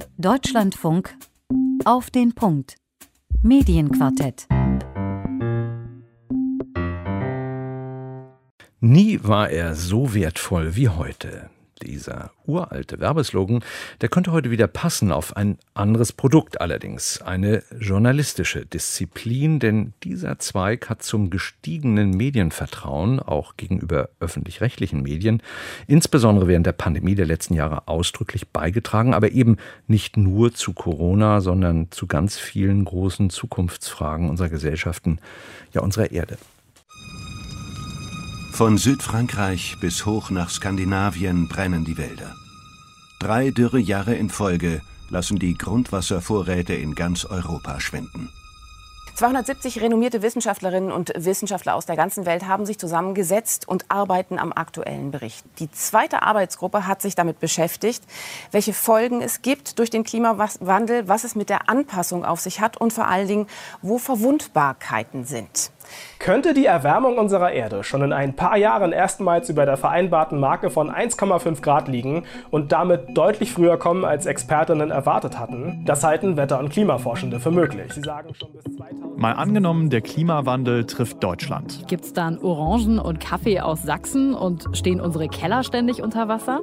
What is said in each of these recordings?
Deutschlandfunk auf den Punkt. Medienquartett. Nie war er so wertvoll wie heute. Dieser uralte Werbeslogan, der könnte heute wieder passen auf ein anderes Produkt allerdings, eine journalistische Disziplin, denn dieser Zweig hat zum gestiegenen Medienvertrauen, auch gegenüber öffentlich-rechtlichen Medien, insbesondere während der Pandemie der letzten Jahre ausdrücklich beigetragen, aber eben nicht nur zu Corona, sondern zu ganz vielen großen Zukunftsfragen unserer Gesellschaften, ja unserer Erde. Von Südfrankreich bis hoch nach Skandinavien brennen die Wälder. 3 Dürrejahre in Folge lassen die Grundwasservorräte in ganz Europa schwinden. 270 renommierte Wissenschaftlerinnen und Wissenschaftler aus der ganzen Welt haben sich zusammengesetzt und arbeiten am aktuellen Bericht. Die zweite Arbeitsgruppe hat sich damit beschäftigt, welche Folgen es gibt durch den Klimawandel, was es mit der Anpassung auf sich hat und vor allen Dingen, wo Verwundbarkeiten sind. Könnte die Erwärmung unserer Erde schon in ein paar Jahren erstmals über der vereinbarten Marke von 1,5 Grad liegen und damit deutlich früher kommen, als Expertinnen erwartet hatten? Das halten Wetter- und Klimaforschende für möglich. Sie sagen schon bis 2000. Mal angenommen, der Klimawandel trifft Deutschland. Gibt's dann Orangen und Kaffee aus Sachsen und stehen unsere Keller ständig unter Wasser?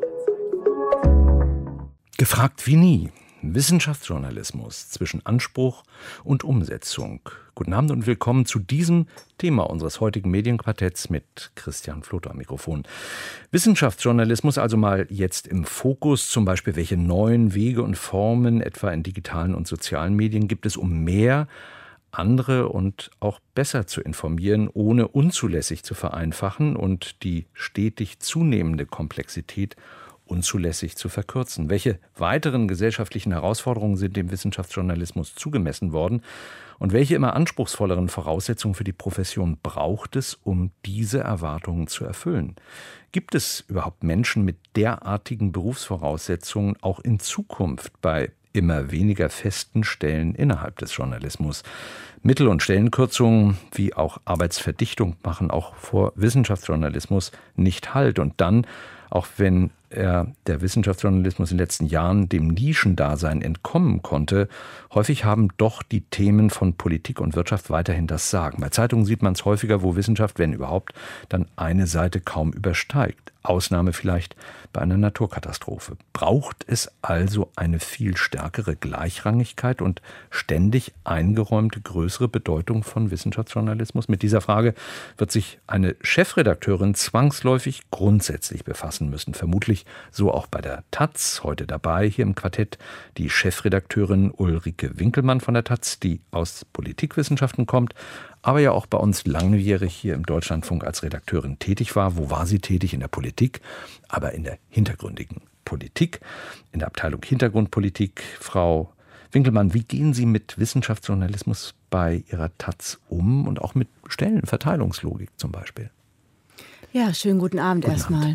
Gefragt wie nie. Wissenschaftsjournalismus zwischen Anspruch und Umsetzung. Guten Abend und willkommen zu diesem Thema unseres heutigen Medienquartetts mit Christian Flotter am Mikrofon. Wissenschaftsjournalismus also mal jetzt im Fokus, zum Beispiel welche neuen Wege und Formen, etwa in digitalen und sozialen Medien, gibt es, um mehr, andere und auch besser zu informieren, ohne unzulässig zu vereinfachen und die stetig zunehmende Komplexität unzulässig zu verkürzen. Welche weiteren gesellschaftlichen Herausforderungen sind dem Wissenschaftsjournalismus zugemessen worden und welche immer anspruchsvolleren Voraussetzungen für die Profession braucht es, um diese Erwartungen zu erfüllen? Gibt es überhaupt Menschen mit derartigen Berufsvoraussetzungen auch in Zukunft bei immer weniger festen Stellen innerhalb des Journalismus? Mittel- und Stellenkürzungen wie auch Arbeitsverdichtung machen auch vor Wissenschaftsjournalismus nicht Halt. Und dann, auch wenn der Wissenschaftsjournalismus in den letzten Jahren dem Nischendasein entkommen konnte, häufig haben doch die Themen von Politik und Wirtschaft weiterhin das Sagen. Bei Zeitungen sieht man es häufiger, wo Wissenschaft, wenn überhaupt, dann eine Seite kaum übersteigt. Ausnahme vielleicht bei einer Naturkatastrophe. Braucht es also eine viel stärkere Gleichrangigkeit und ständig eingeräumte größere Bedeutung von Wissenschaftsjournalismus? Mit dieser Frage wird sich eine Chefredakteurin zwangsläufig grundsätzlich befassen müssen. Vermutlich so auch bei der taz. Heute dabei hier im Quartett die Chefredakteurin Ulrike Winkelmann von der taz, die aus Politikwissenschaften kommt, aber ja auch bei uns langjährig hier im Deutschlandfunk als Redakteurin tätig war. Wo war sie tätig? In der Politik, aber in der hintergründigen Politik, in der Abteilung Hintergrundpolitik. Frau Winkelmann, wie gehen Sie mit Wissenschaftsjournalismus bei Ihrer taz um und auch mit Stellenverteilungslogik zum Beispiel? Ja, schönen guten Abend erstmal.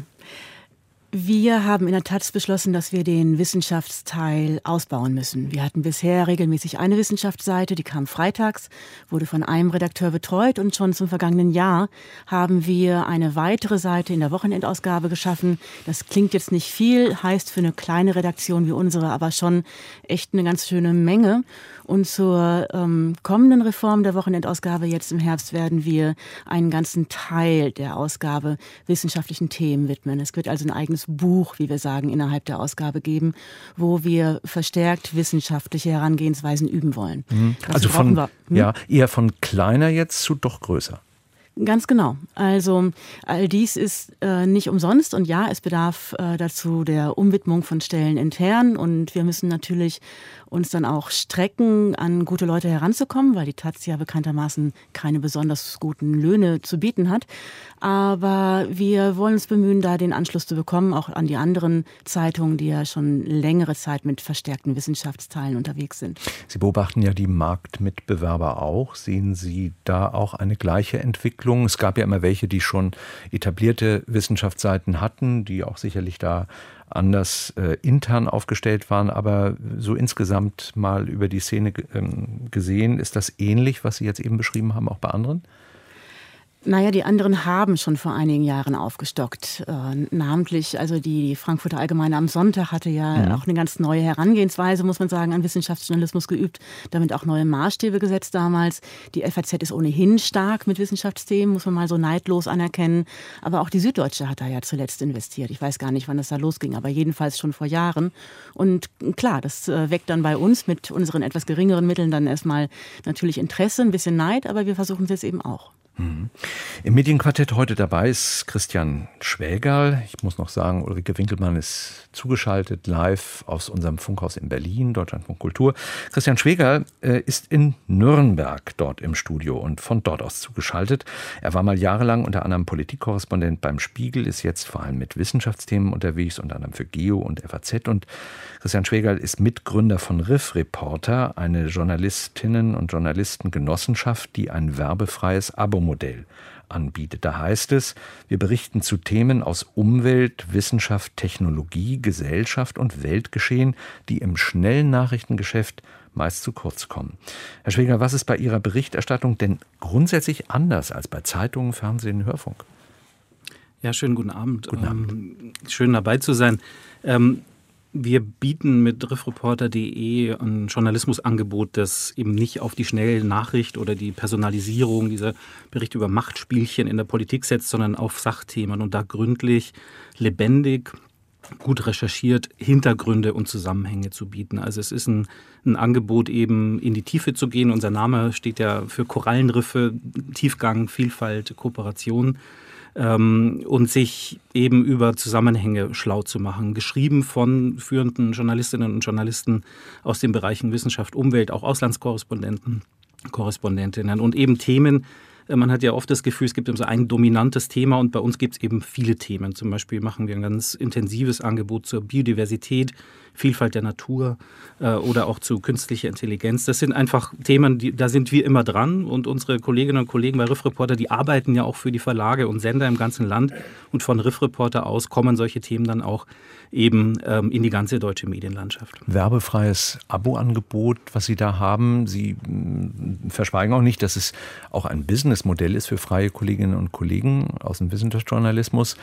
Wir haben in der taz beschlossen, dass wir den Wissenschaftsteil ausbauen müssen. Wir hatten bisher regelmäßig eine Wissenschaftsseite, die kam freitags, wurde von einem Redakteur betreut und schon zum vergangenen Jahr haben wir eine weitere Seite in der Wochenendausgabe geschaffen. Das klingt jetzt nicht viel, heißt für eine kleine Redaktion wie unsere aber schon echt eine ganz schöne Menge. Und zur kommenden Reform der Wochenendausgabe jetzt im Herbst werden wir einen ganzen Teil der Ausgabe wissenschaftlichen Themen widmen. Es wird also ein eigenes Buch, wie wir sagen, innerhalb der Ausgabe geben, wo wir verstärkt wissenschaftliche Herangehensweisen üben wollen. Also eher von kleiner jetzt zu doch größer. Ganz genau. Also all dies ist nicht umsonst und ja, es bedarf dazu der Umwidmung von Stellen intern und wir müssen natürlich uns dann auch strecken, an gute Leute heranzukommen, weil die taz ja bekanntermaßen keine besonders guten Löhne zu bieten hat. Aber wir wollen uns bemühen, da den Anschluss zu bekommen, auch an die anderen Zeitungen, die ja schon längere Zeit mit verstärkten Wissenschaftsteilen unterwegs sind. Sie beobachten ja die Marktmitbewerber auch. Sehen Sie da auch eine gleiche Entwicklung? Es gab ja immer welche, die schon etablierte Wissenschaftsseiten hatten, die auch sicherlich da anders intern aufgestellt waren, aber so insgesamt mal über die Szene gesehen, ist das ähnlich, was Sie jetzt eben beschrieben haben, auch bei anderen? Naja, die anderen haben schon vor einigen Jahren aufgestockt. Namentlich, also die Frankfurter Allgemeine am Sonntag hatte ja auch eine ganz neue Herangehensweise, muss man sagen, an Wissenschaftsjournalismus geübt, damit auch neue Maßstäbe gesetzt damals. Die FAZ ist ohnehin stark mit Wissenschaftsthemen, muss man mal so neidlos anerkennen. Aber auch die Süddeutsche hat da ja zuletzt investiert. Ich weiß gar nicht, wann das da losging, aber jedenfalls schon vor Jahren. Und klar, das weckt dann bei uns mit unseren etwas geringeren Mitteln dann erstmal natürlich Interesse, ein bisschen Neid, aber wir versuchen es jetzt eben auch. Im Medienquartett heute dabei ist Christian Schwägerl. Ich muss noch sagen, Ulrike Winkelmann ist zugeschaltet live aus unserem Funkhaus in Berlin, Deutschlandfunk Kultur. Christian Schwägerl ist in Nürnberg dort im Studio und von dort aus zugeschaltet. Er war mal jahrelang unter anderem Politikkorrespondent beim Spiegel, ist jetzt vor allem mit Wissenschaftsthemen unterwegs, unter anderem für Geo und FAZ. Und Christian Schwägerl ist Mitgründer von Riff Reporter, eine Journalistinnen- und Journalistengenossenschaft, die ein werbefreies Abo-Modell anbietet. Da heißt es, wir berichten zu Themen aus Umwelt, Wissenschaft, Technologie, Gesellschaft und Weltgeschehen, die im schnellen Nachrichtengeschäft meist zu kurz kommen. Herr Schwägerl, was ist bei Ihrer Berichterstattung denn grundsätzlich anders als bei Zeitungen, Fernsehen, Hörfunk? Ja, schönen guten Abend. Guten Abend. Schön dabei zu sein. Wir bieten mit riffreporter.de ein Journalismusangebot, das eben nicht auf die schnelle Nachricht oder die Personalisierung dieser Berichte über Machtspielchen in der Politik setzt, sondern auf Sachthemen und da gründlich, lebendig, gut recherchiert Hintergründe und Zusammenhänge zu bieten. Also es ist ein Angebot, eben in die Tiefe zu gehen. Unser Name steht ja für Korallenriffe, Tiefgang, Vielfalt, Kooperation. Und sich eben über Zusammenhänge schlau zu machen. Geschrieben von führenden Journalistinnen und Journalisten aus den Bereichen Wissenschaft, Umwelt, auch Auslandskorrespondenten, Korrespondentinnen und eben Themen. Man hat ja oft das Gefühl, es gibt so ein dominantes Thema und bei uns gibt es eben viele Themen. Zum Beispiel machen wir ein ganz intensives Angebot zur Biodiversität, Vielfalt der Natur oder auch zu künstlicher Intelligenz. Das sind einfach Themen, da sind wir immer dran und unsere Kolleginnen und Kollegen bei Riff Reporter, die arbeiten ja auch für die Verlage und Sender im ganzen Land und von Riff Reporter aus kommen solche Themen dann auch eben in die ganze deutsche Medienlandschaft. Werbefreies Abo-Angebot, was Sie da haben. Sie verschweigen auch nicht, dass es auch ein Businessmodell ist für freie Kolleginnen und Kollegen aus dem Wissenschaftsjournalismus.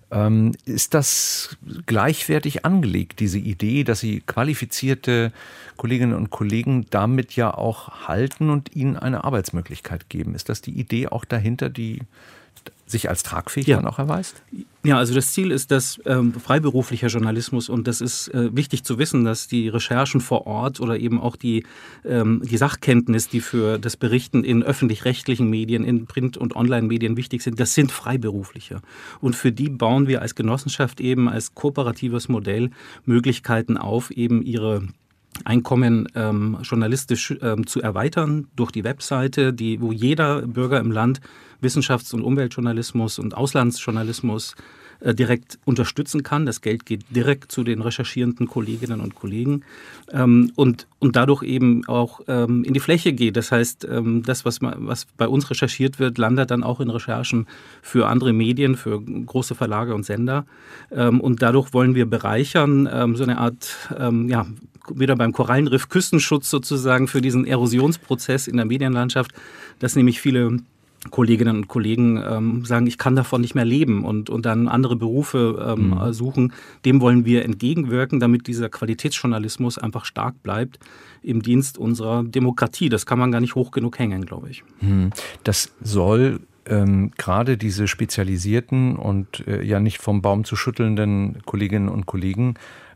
Ist das gleichwertig angelegt, diese Idee, dass Sie qualifizierte Kolleginnen und Kollegen damit ja auch halten und ihnen eine Arbeitsmöglichkeit geben? Ist das die Idee auch dahinter, die sich als tragfähig dann auch erweist? Ja, also das Ziel ist das freiberuflicher Journalismus und das ist wichtig zu wissen, dass die Recherchen vor Ort oder eben auch die Sachkenntnis, die für das Berichten in öffentlich-rechtlichen Medien, in Print- und Online-Medien wichtig sind, das sind Freiberufliche. Und für die bauen wir als Genossenschaft eben als kooperatives Modell Möglichkeiten auf, eben ihre Einkommen journalistisch zu erweitern durch die Webseite, wo jeder Bürger im Land Wissenschafts- und Umweltjournalismus und Auslandsjournalismus direkt unterstützen kann. Das Geld geht direkt zu den recherchierenden Kolleginnen und Kollegen und dadurch eben auch in die Fläche geht. Das heißt, das, was bei uns recherchiert wird, landet dann auch in Recherchen für andere Medien, für große Verlage und Sender. Und dadurch wollen wir bereichern, so eine Art, wieder beim Korallenriff Küstenschutz sozusagen für diesen Erosionsprozess in der Medienlandschaft, dass nämlich viele Kolleginnen und Kollegen sagen, ich kann davon nicht mehr leben und dann andere Berufe suchen. Dem wollen wir entgegenwirken, damit dieser Qualitätsjournalismus einfach stark bleibt im Dienst unserer Demokratie. Das kann man gar nicht hoch genug hängen, glaube ich. Das soll gerade diese spezialisierten und ja nicht vom Baum zu schüttelnden Kolleginnen und Kollegen,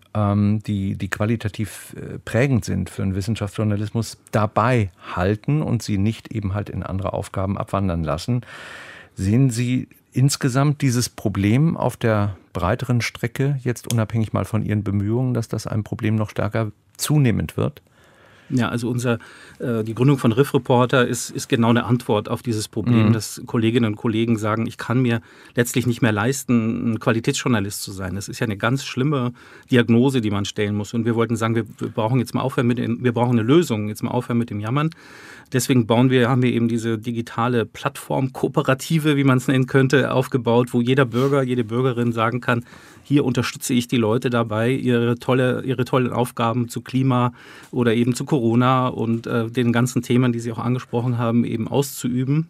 die qualitativ prägend sind für den Wissenschaftsjournalismus, dabei halten und sie nicht eben halt in andere Aufgaben abwandern lassen. Sehen Sie insgesamt dieses Problem auf der breiteren Strecke, jetzt unabhängig mal von Ihren Bemühungen, dass das ein Problem noch stärker zunehmend wird? Ja, also die Gründung von Riff Reporter ist genau eine Antwort auf dieses Problem, dass Kolleginnen und Kollegen sagen, ich kann mir letztlich nicht mehr leisten, ein Qualitätsjournalist zu sein. Das ist ja eine ganz schlimme Diagnose, die man stellen muss. Und wir wollten sagen, wir brauchen jetzt mal aufhören wir brauchen eine Lösung, jetzt mal aufhören mit dem Jammern. Deswegen haben wir eben diese digitale Plattform, Kooperative, wie man es nennen könnte, aufgebaut, wo jeder Bürger, jede Bürgerin sagen kann, hier unterstütze ich die Leute dabei, ihre tollen Aufgaben zu Klima oder eben zu Corona und den ganzen Themen, die Sie auch angesprochen haben, eben auszuüben.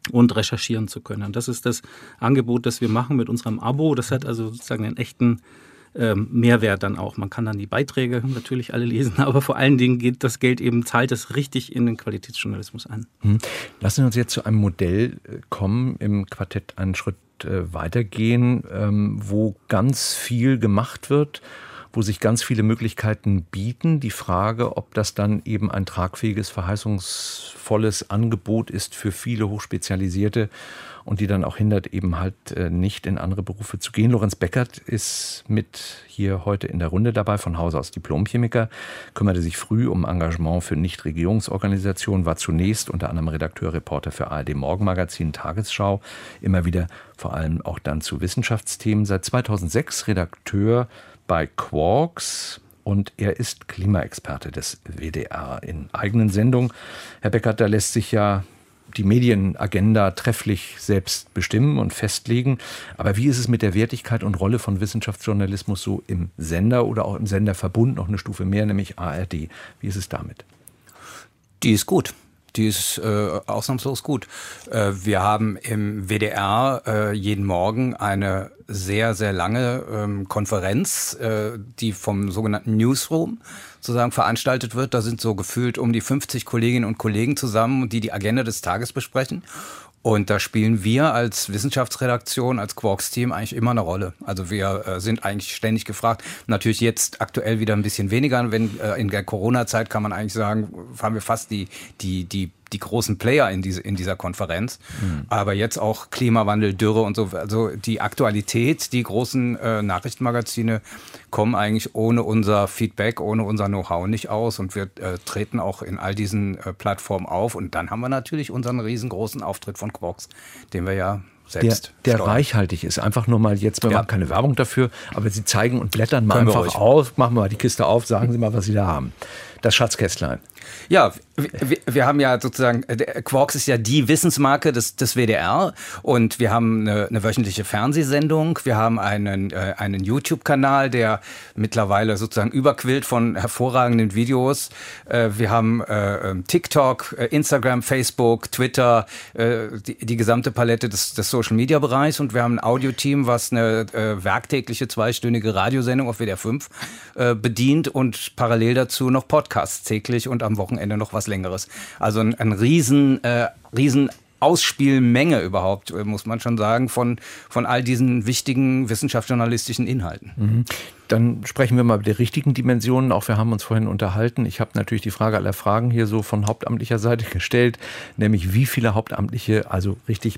und recherchieren zu können. Und das ist das Angebot, das wir machen mit unserem Abo. Das hat also sozusagen einen echten Mehrwert dann auch. Man kann dann die Beiträge natürlich alle lesen, aber vor allen Dingen geht das Geld eben, zahlt es richtig in den Qualitätsjournalismus ein. Lassen Sie uns jetzt zu einem Modell kommen, im Quartett einen Schritt weitergehen, wo ganz viel gemacht wird, wo sich ganz viele Möglichkeiten bieten. Die Frage, ob das dann eben ein tragfähiges, verheißungsvolles Angebot ist für viele Hochspezialisierte und die dann auch hindert, eben halt nicht in andere Berufe zu gehen. Lorenz Beckert ist mit hier heute in der Runde dabei, von Haus aus Diplomchemiker, kümmerte sich früh um Engagement für Nichtregierungsorganisationen, war zunächst unter anderem Redakteur, Reporter für ARD Morgenmagazin, Tagesschau, immer wieder vor allem auch dann zu Wissenschaftsthemen. Seit 2006 Redakteur bei Quarks und er ist Klimaexperte des WDR in eigenen Sendungen. Herr Beckert, da lässt sich ja die Medienagenda trefflich selbst bestimmen und festlegen. Aber wie ist es mit der Wertigkeit und Rolle von Wissenschaftsjournalismus so im Sender oder auch im Senderverbund, noch eine Stufe mehr, nämlich ARD? Wie ist es damit? Die ist gut. Die ist ausnahmslos gut. Wir haben im WDR jeden Morgen eine sehr, sehr lange Konferenz, die vom sogenannten Newsroom sozusagen veranstaltet wird. Da sind so gefühlt um die 50 Kolleginnen und Kollegen zusammen, die Agenda des Tages besprechen. Und da spielen wir als Wissenschaftsredaktion, als Quarks-Team eigentlich immer eine Rolle. Also wir sind eigentlich ständig gefragt. Natürlich jetzt aktuell wieder ein bisschen weniger. Wenn in der Corona-Zeit kann man eigentlich sagen, haben wir fast die großen Player in dieser Konferenz. Aber jetzt auch Klimawandel, Dürre und so. Also die Aktualität, die großen Nachrichtenmagazine kommen eigentlich ohne unser Feedback, ohne unser Know-how nicht aus. Und wir treten auch in all diesen Plattformen auf. Und dann haben wir natürlich unseren riesengroßen Auftritt von Quarks, den wir ja selbst der reichhaltig ist. Einfach nur mal jetzt, wir machen keine Werbung dafür, aber Sie zeigen und blättern mal einfach auf, machen wir mal die Kiste auf, sagen Sie mal, was Sie da haben. Das Schatzkästlein. Ja, wir haben ja sozusagen, Quarks ist ja die Wissensmarke des WDR und wir haben eine wöchentliche Fernsehsendung, wir haben einen YouTube-Kanal, der mittlerweile sozusagen überquillt von hervorragenden Videos. Wir haben TikTok, Instagram, Facebook, Twitter, die gesamte Palette des Social-Media-Bereichs und wir haben ein Audioteam, was eine werktägliche 2-stündige Radiosendung auf WDR 5 bedient und parallel dazu noch Podcasts täglich und am Wochenende noch was Längeres. Also ein riesen Ausspielmenge überhaupt, muss man schon sagen, von all diesen wichtigen wissenschaftsjournalistischen Inhalten. Dann sprechen wir mal über die richtigen Dimensionen. Auch wir haben uns vorhin unterhalten. Ich habe natürlich die Frage aller Fragen hier so von hauptamtlicher Seite gestellt, nämlich wie viele Hauptamtliche, also richtig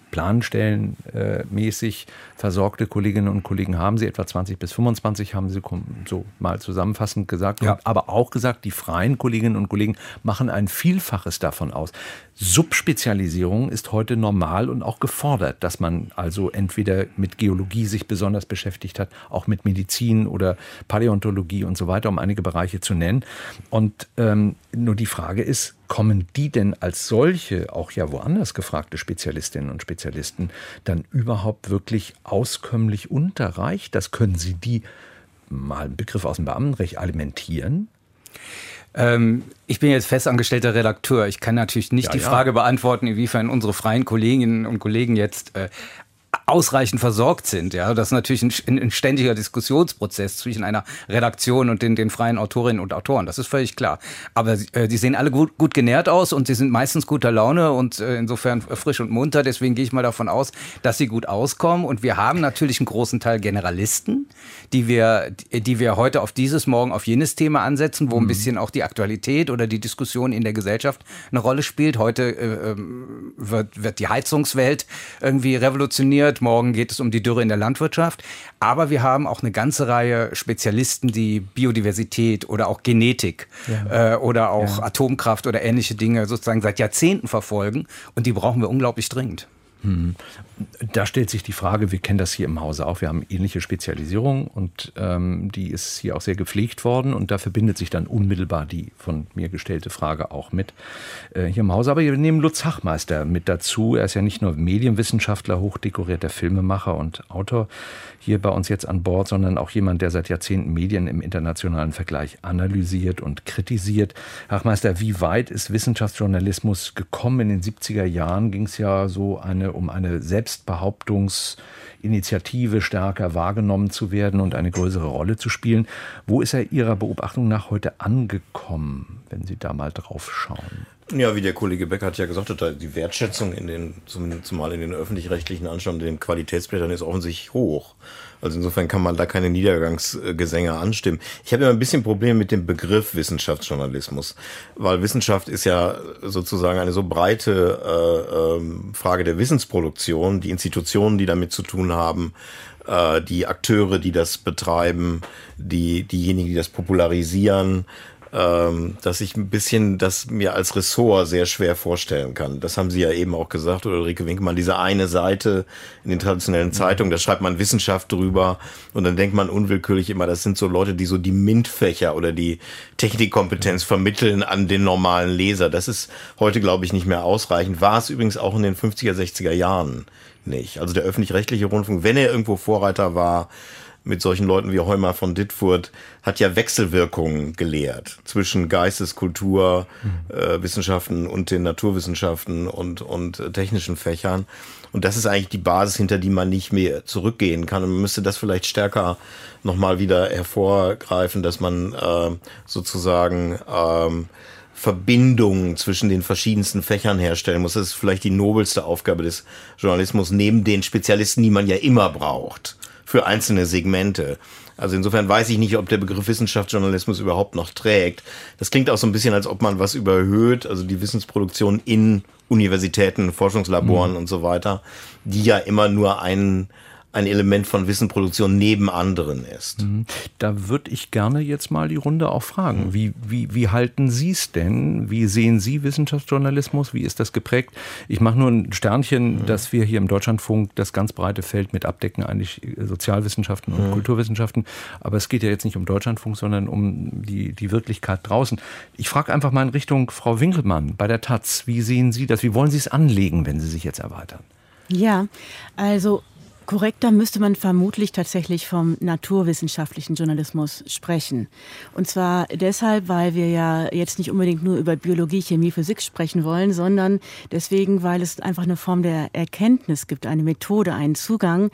planstellenmäßig versorgte Kolleginnen und Kollegen haben Sie? Etwa 20 bis 25 haben Sie so mal zusammenfassend gesagt. Ja. Aber auch gesagt, die freien Kolleginnen und Kollegen machen ein Vielfaches davon aus. Subspezialisierung ist heute normal und auch gefordert, dass man also entweder mit Geologie sich besonders beschäftigt hat, auch mit Medizin oder Paläontologie und so weiter, um einige Bereiche zu nennen. Und nur die Frage ist, kommen die denn als solche, auch ja woanders gefragte Spezialistinnen und Spezialisten, dann überhaupt wirklich auskömmlich unterreicht? Das können Sie die, mal ein Begriff aus dem Beamtenrecht, alimentieren? Ich bin jetzt festangestellter Redakteur. Ich kann natürlich nicht die Frage beantworten, inwiefern unsere freien Kolleginnen und Kollegen jetzt ausreichend versorgt sind. Ja, das ist natürlich ein ständiger Diskussionsprozess zwischen einer Redaktion und den freien Autorinnen und Autoren. Das ist völlig klar. Aber die sehen alle gut genährt aus und sie sind meistens guter Laune und insofern frisch und munter. Deswegen gehe ich mal davon aus, dass sie gut auskommen. Und wir haben natürlich einen großen Teil Generalisten, die wir heute auf dieses, morgen auf jenes Thema ansetzen, wo ein bisschen auch die Aktualität oder die Diskussion in der Gesellschaft eine Rolle spielt. Heute wird die Heizungswelt irgendwie revolutioniert. Morgen geht es um die Dürre in der Landwirtschaft. Aber wir haben auch eine ganze Reihe Spezialisten, die Biodiversität oder auch Genetik oder auch Atomkraft oder ähnliche Dinge sozusagen seit Jahrzehnten verfolgen. Und die brauchen wir unglaublich dringend. Da stellt sich die Frage, wir kennen das hier im Hause auch, wir haben ähnliche Spezialisierung und die ist hier auch sehr gepflegt worden und da verbindet sich dann unmittelbar die von mir gestellte Frage auch mit hier im Hause. Aber wir nehmen Lutz Hachmeister mit dazu. Er ist ja nicht nur Medienwissenschaftler, hochdekorierter Filmemacher und Autor hier bei uns jetzt an Bord, sondern auch jemand, der seit Jahrzehnten Medien im internationalen Vergleich analysiert und kritisiert. Hachmeister, wie weit ist Wissenschaftsjournalismus gekommen? In den 70er Jahren ging es ja so um eine Selbstbehauptungsinitiative stärker wahrgenommen zu werden und eine größere Rolle zu spielen. Wo ist er Ihrer Beobachtung nach heute angekommen, wenn Sie da mal drauf schauen? Ja, wie der Kollege Becker hat ja gesagt, die Wertschätzung zumal in den öffentlich-rechtlichen Anschauen, in den Qualitätsblättern ist offensichtlich hoch. Also insofern kann man da keine Niedergangsgesänge anstimmen. Ich habe ja ein bisschen Probleme mit dem Begriff Wissenschaftsjournalismus, weil Wissenschaft ist ja sozusagen eine so breite Frage der Wissensproduktion, die Institutionen, die damit zu tun haben, die Akteure, die das betreiben, diejenigen, die das popularisieren, dass ich ein bisschen das mir als Ressort sehr schwer vorstellen kann. Das haben Sie ja eben auch gesagt, oder Ulrike Winkelmann, diese eine Seite in den traditionellen Zeitungen, da schreibt man Wissenschaft drüber und dann denkt man unwillkürlich immer, das sind so Leute, die so die MINT-Fächer oder die Technikkompetenz vermitteln an den normalen Leser. Das ist heute, glaube ich, nicht mehr ausreichend. War es übrigens auch in den 50er, 60er Jahren nicht. Also der öffentlich-rechtliche Rundfunk, wenn er irgendwo Vorreiter war, mit solchen Leuten wie Heumer von Dittfurt, hat ja Wechselwirkungen gelehrt zwischen Geistes-, Kultur-, Wissenschaften und den Naturwissenschaften und technischen Fächern. Und das ist eigentlich die Basis, hinter die man nicht mehr zurückgehen kann. Und man müsste das vielleicht stärker nochmal wieder hervorgreifen, dass man sozusagen Verbindungen zwischen den verschiedensten Fächern herstellen muss. Das ist vielleicht die nobelste Aufgabe des Journalismus, neben den Spezialisten, die man ja immer braucht für einzelne Segmente. Also insofern weiß ich nicht, ob der Begriff Wissenschaftsjournalismus überhaupt noch trägt. Das klingt auch so ein bisschen, als ob man was überhöht, also die Wissensproduktion in Universitäten, Forschungslaboren und so weiter, die ja immer nur ein Element von Wissensproduktion neben anderen ist. Da würde ich gerne jetzt mal die Runde auch fragen. Wie halten Sie es denn? Wie sehen Sie Wissenschaftsjournalismus? Wie ist das geprägt? Ich mache nur ein Sternchen, dass wir hier im Deutschlandfunk das ganz breite Feld mit abdecken, eigentlich Sozialwissenschaften und Kulturwissenschaften. Aber es geht ja jetzt nicht um Deutschlandfunk, sondern um die Wirklichkeit draußen. Ich frage einfach mal in Richtung Frau Winkelmann bei der taz. Wie sehen Sie das? Wie wollen Sie es anlegen, wenn Sie sich jetzt erweitern? Ja, also korrekter müsste man vermutlich tatsächlich vom naturwissenschaftlichen Journalismus sprechen. Und zwar deshalb, weil wir ja jetzt nicht unbedingt nur über Biologie, Chemie, Physik sprechen wollen, sondern deswegen, weil es einfach eine Form der Erkenntnis gibt, eine Methode, einen Zugang,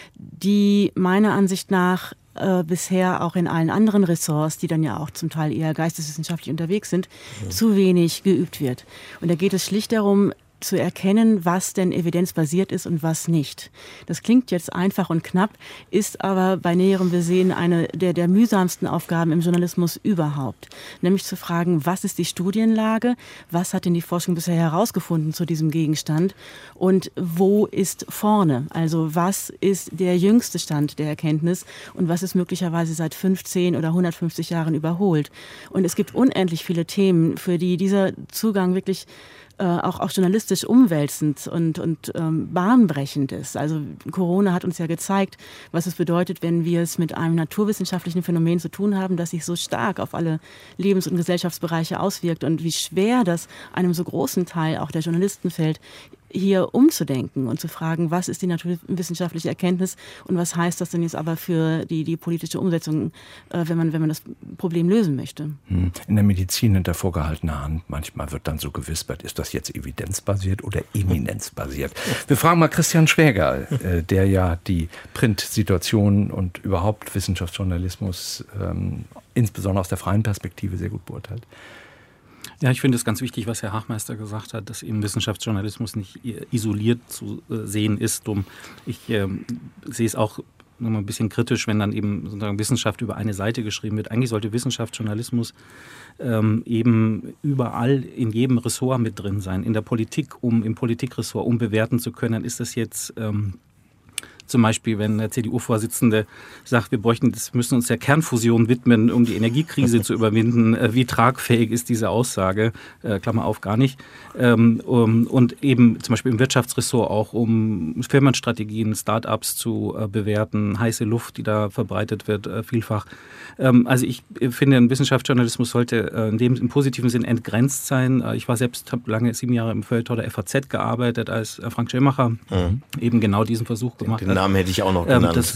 die meiner Ansicht nach bisher auch in allen anderen Ressorts, die dann ja auch zum Teil eher geisteswissenschaftlich unterwegs sind, zu wenig geübt wird. Und da geht es schlicht darum, zu erkennen, was denn evidenzbasiert ist und was nicht. Das klingt jetzt einfach und knapp, ist aber bei näherem Besehen eine der mühsamsten Aufgaben im Journalismus überhaupt. Nämlich zu fragen, was ist die Studienlage, was hat denn die Forschung bisher herausgefunden zu diesem Gegenstand und wo ist vorne? Also was ist der jüngste Stand der Erkenntnis und was ist möglicherweise seit 15 oder 150 Jahren überholt? Und es gibt unendlich viele Themen, für die dieser Zugang wirklich auch journalistisch umwälzend und bahnbrechend ist. Also Corona hat uns ja gezeigt, was es bedeutet, wenn wir es mit einem naturwissenschaftlichen Phänomen zu tun haben, das sich so stark auf alle Lebens- und Gesellschaftsbereiche auswirkt und wie schwer das einem so großen Teil auch der Journalisten fällt, hier umzudenken und zu fragen, was ist die naturwissenschaftliche Erkenntnis und was heißt das denn jetzt aber für die politische Umsetzung, wenn man das Problem lösen möchte. In der Medizin hinter vorgehaltener Hand, manchmal wird dann so gewispert, ist das jetzt evidenzbasiert oder eminenzbasiert? Wir fragen mal Christian Schwäger, der ja die Printsituation und überhaupt Wissenschaftsjournalismus insbesondere aus der freien Perspektive sehr gut beurteilt. Ja, ich finde es ganz wichtig, was Herr Hachmeister gesagt hat, dass eben Wissenschaftsjournalismus nicht isoliert zu sehen ist. Ich sehe es auch noch mal ein bisschen kritisch, wenn dann eben sozusagen Wissenschaft über eine Seite geschrieben wird. Eigentlich sollte Wissenschaftsjournalismus eben überall in jedem Ressort mit drin sein. In der Politik, im Politikressort, bewerten zu können, ist das jetzt Zum Beispiel, wenn der CDU-Vorsitzende sagt, wir müssen uns der Kernfusion widmen, um die Energiekrise zu überwinden. Wie tragfähig ist diese Aussage? Klammer auf, gar nicht. Und eben zum Beispiel im Wirtschaftsressort auch, um Firmenstrategien, Start-ups zu bewerten, heiße Luft, die da verbreitet wird, vielfach. Also ich finde, ein Wissenschaftsjournalismus sollte im positiven Sinn entgrenzt sein. Ich war selbst, habe lange 7 Jahre im Feuilleton der FAZ gearbeitet, als Frank Schirmacher eben genau diesen Versuch gemacht hat. Den Namen hätte ich auch noch genannt. Das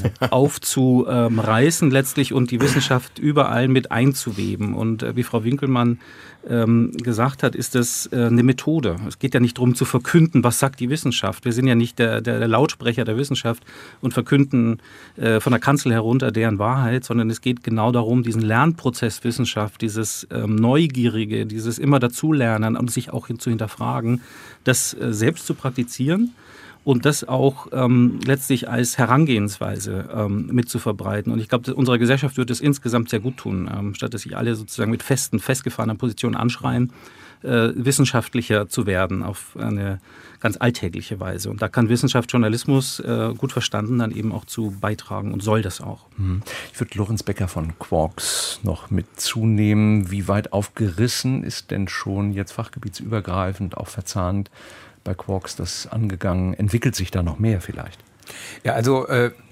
aufzureißen letztlich und die Wissenschaft überall mit einzuweben. Und wie Frau Winkelmann gesagt hat, ist das eine Methode. Es geht ja nicht darum zu verkünden, was sagt die Wissenschaft. Wir sind ja nicht der Lautsprecher der Wissenschaft und verkünden von der Kanzel herunter deren Wahrheit, sondern es geht genau darum, diesen Lernprozess Wissenschaft, dieses Neugierige, dieses immer dazulernen und sich auch zu hinterfragen, das selbst zu praktizieren. Und das auch letztlich als Herangehensweise mit zu verbreiten. Und ich glaube, unsere Gesellschaft wird es insgesamt sehr gut tun, statt dass sich alle sozusagen mit festgefahrenen Positionen anschreien, wissenschaftlicher zu werden auf eine ganz alltägliche Weise. Und da kann Wissenschaftsjournalismus gut verstanden dann eben auch zu beitragen und soll das auch. Ich würde Lorenz Becker von Quarks noch mit zunehmen. Wie weit aufgerissen ist denn schon jetzt fachgebietsübergreifend, auch verzahnt, bei Quarks das angegangen? Entwickelt sich da noch mehr vielleicht? Ja, also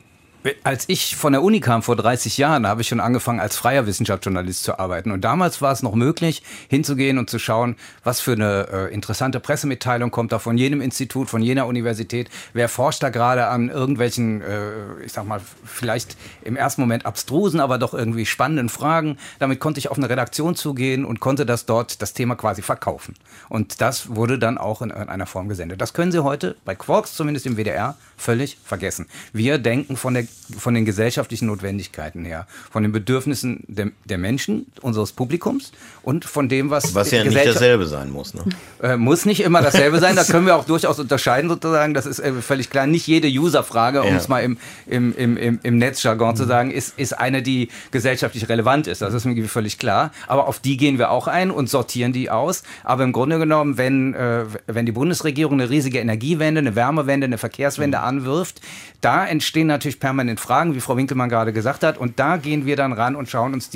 als ich von der Uni kam vor 30 Jahren, habe ich schon angefangen, als freier Wissenschaftsjournalist zu arbeiten. Und damals war es noch möglich, hinzugehen und zu schauen, was für eine interessante Pressemitteilung kommt da von jenem Institut, von jener Universität. Wer forscht da gerade an irgendwelchen, ich sag mal, vielleicht im ersten Moment abstrusen, aber doch irgendwie spannenden Fragen. Damit konnte ich auf eine Redaktion zugehen und konnte das Thema quasi verkaufen. Und das wurde dann auch in irgendeiner Form gesendet. Das können Sie heute bei Quarks, zumindest im WDR, völlig vergessen. Wir denken von den gesellschaftlichen Notwendigkeiten her, von den Bedürfnissen der Menschen, unseres Publikums und von dem, was ja nicht dasselbe sein muss. Ne? Muss nicht immer dasselbe sein, da können wir auch durchaus unterscheiden sozusagen, das ist völlig klar. Nicht jede User-Frage, um es mal im Netzjargon zu sagen, ist eine, die gesellschaftlich relevant ist. Das ist mir völlig klar. Aber auf die gehen wir auch ein und sortieren die aus. Aber im Grunde genommen, wenn die Bundesregierung eine riesige Energiewende, eine Wärmewende, eine Verkehrswende anwirft, da entstehen natürlich permanent Fragen, wie Frau Winkelmann gerade gesagt hat. Und da gehen wir dann ran und schauen uns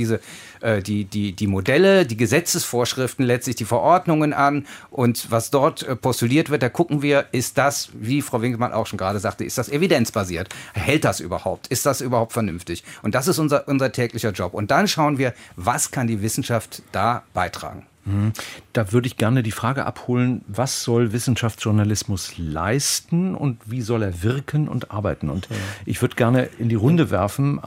die Modelle, die Gesetzesvorschriften, letztlich die Verordnungen an. Und was dort postuliert wird, da gucken wir, ist das, wie Frau Winkelmann auch schon gerade sagte, ist das evidenzbasiert? Hält das überhaupt? Ist das überhaupt vernünftig? Und das ist unser täglicher Job. Und dann schauen wir, was kann die Wissenschaft da beitragen? Da würde ich gerne die Frage abholen, was soll Wissenschaftsjournalismus leisten und wie soll er wirken und arbeiten? Und ich würde gerne in die Runde werfen,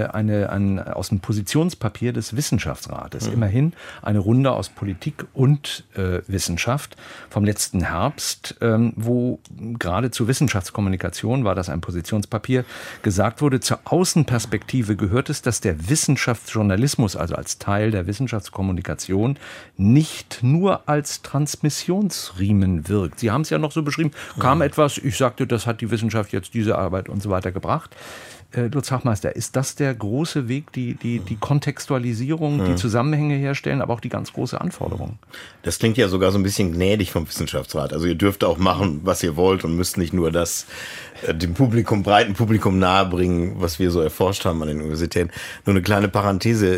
aus dem Positionspapier des Wissenschaftsrates. Immerhin eine Runde aus Politik und Wissenschaft vom letzten Herbst, wo gerade zur Wissenschaftskommunikation, war das ein Positionspapier, gesagt wurde, zur Außenperspektive gehört es, dass der Wissenschaftsjournalismus, also als Teil der Wissenschaftskommunikation, nicht nur als Transmissionsriemen wirkt. Sie haben es ja noch so beschrieben, kam etwas, ich sagte, das hat die Wissenschaft jetzt diese Arbeit und so weiter gebracht. Lutz Hachmeister, ist das der große Weg, die Kontextualisierung, die Zusammenhänge herstellen, aber auch die ganz große Anforderung? Das klingt ja sogar so ein bisschen gnädig vom Wissenschaftsrat. Also ihr dürft auch machen, was ihr wollt und müsst nicht nur das dem breiten Publikum nahebringen, was wir so erforscht haben an den Universitäten. Nur eine kleine Parenthese,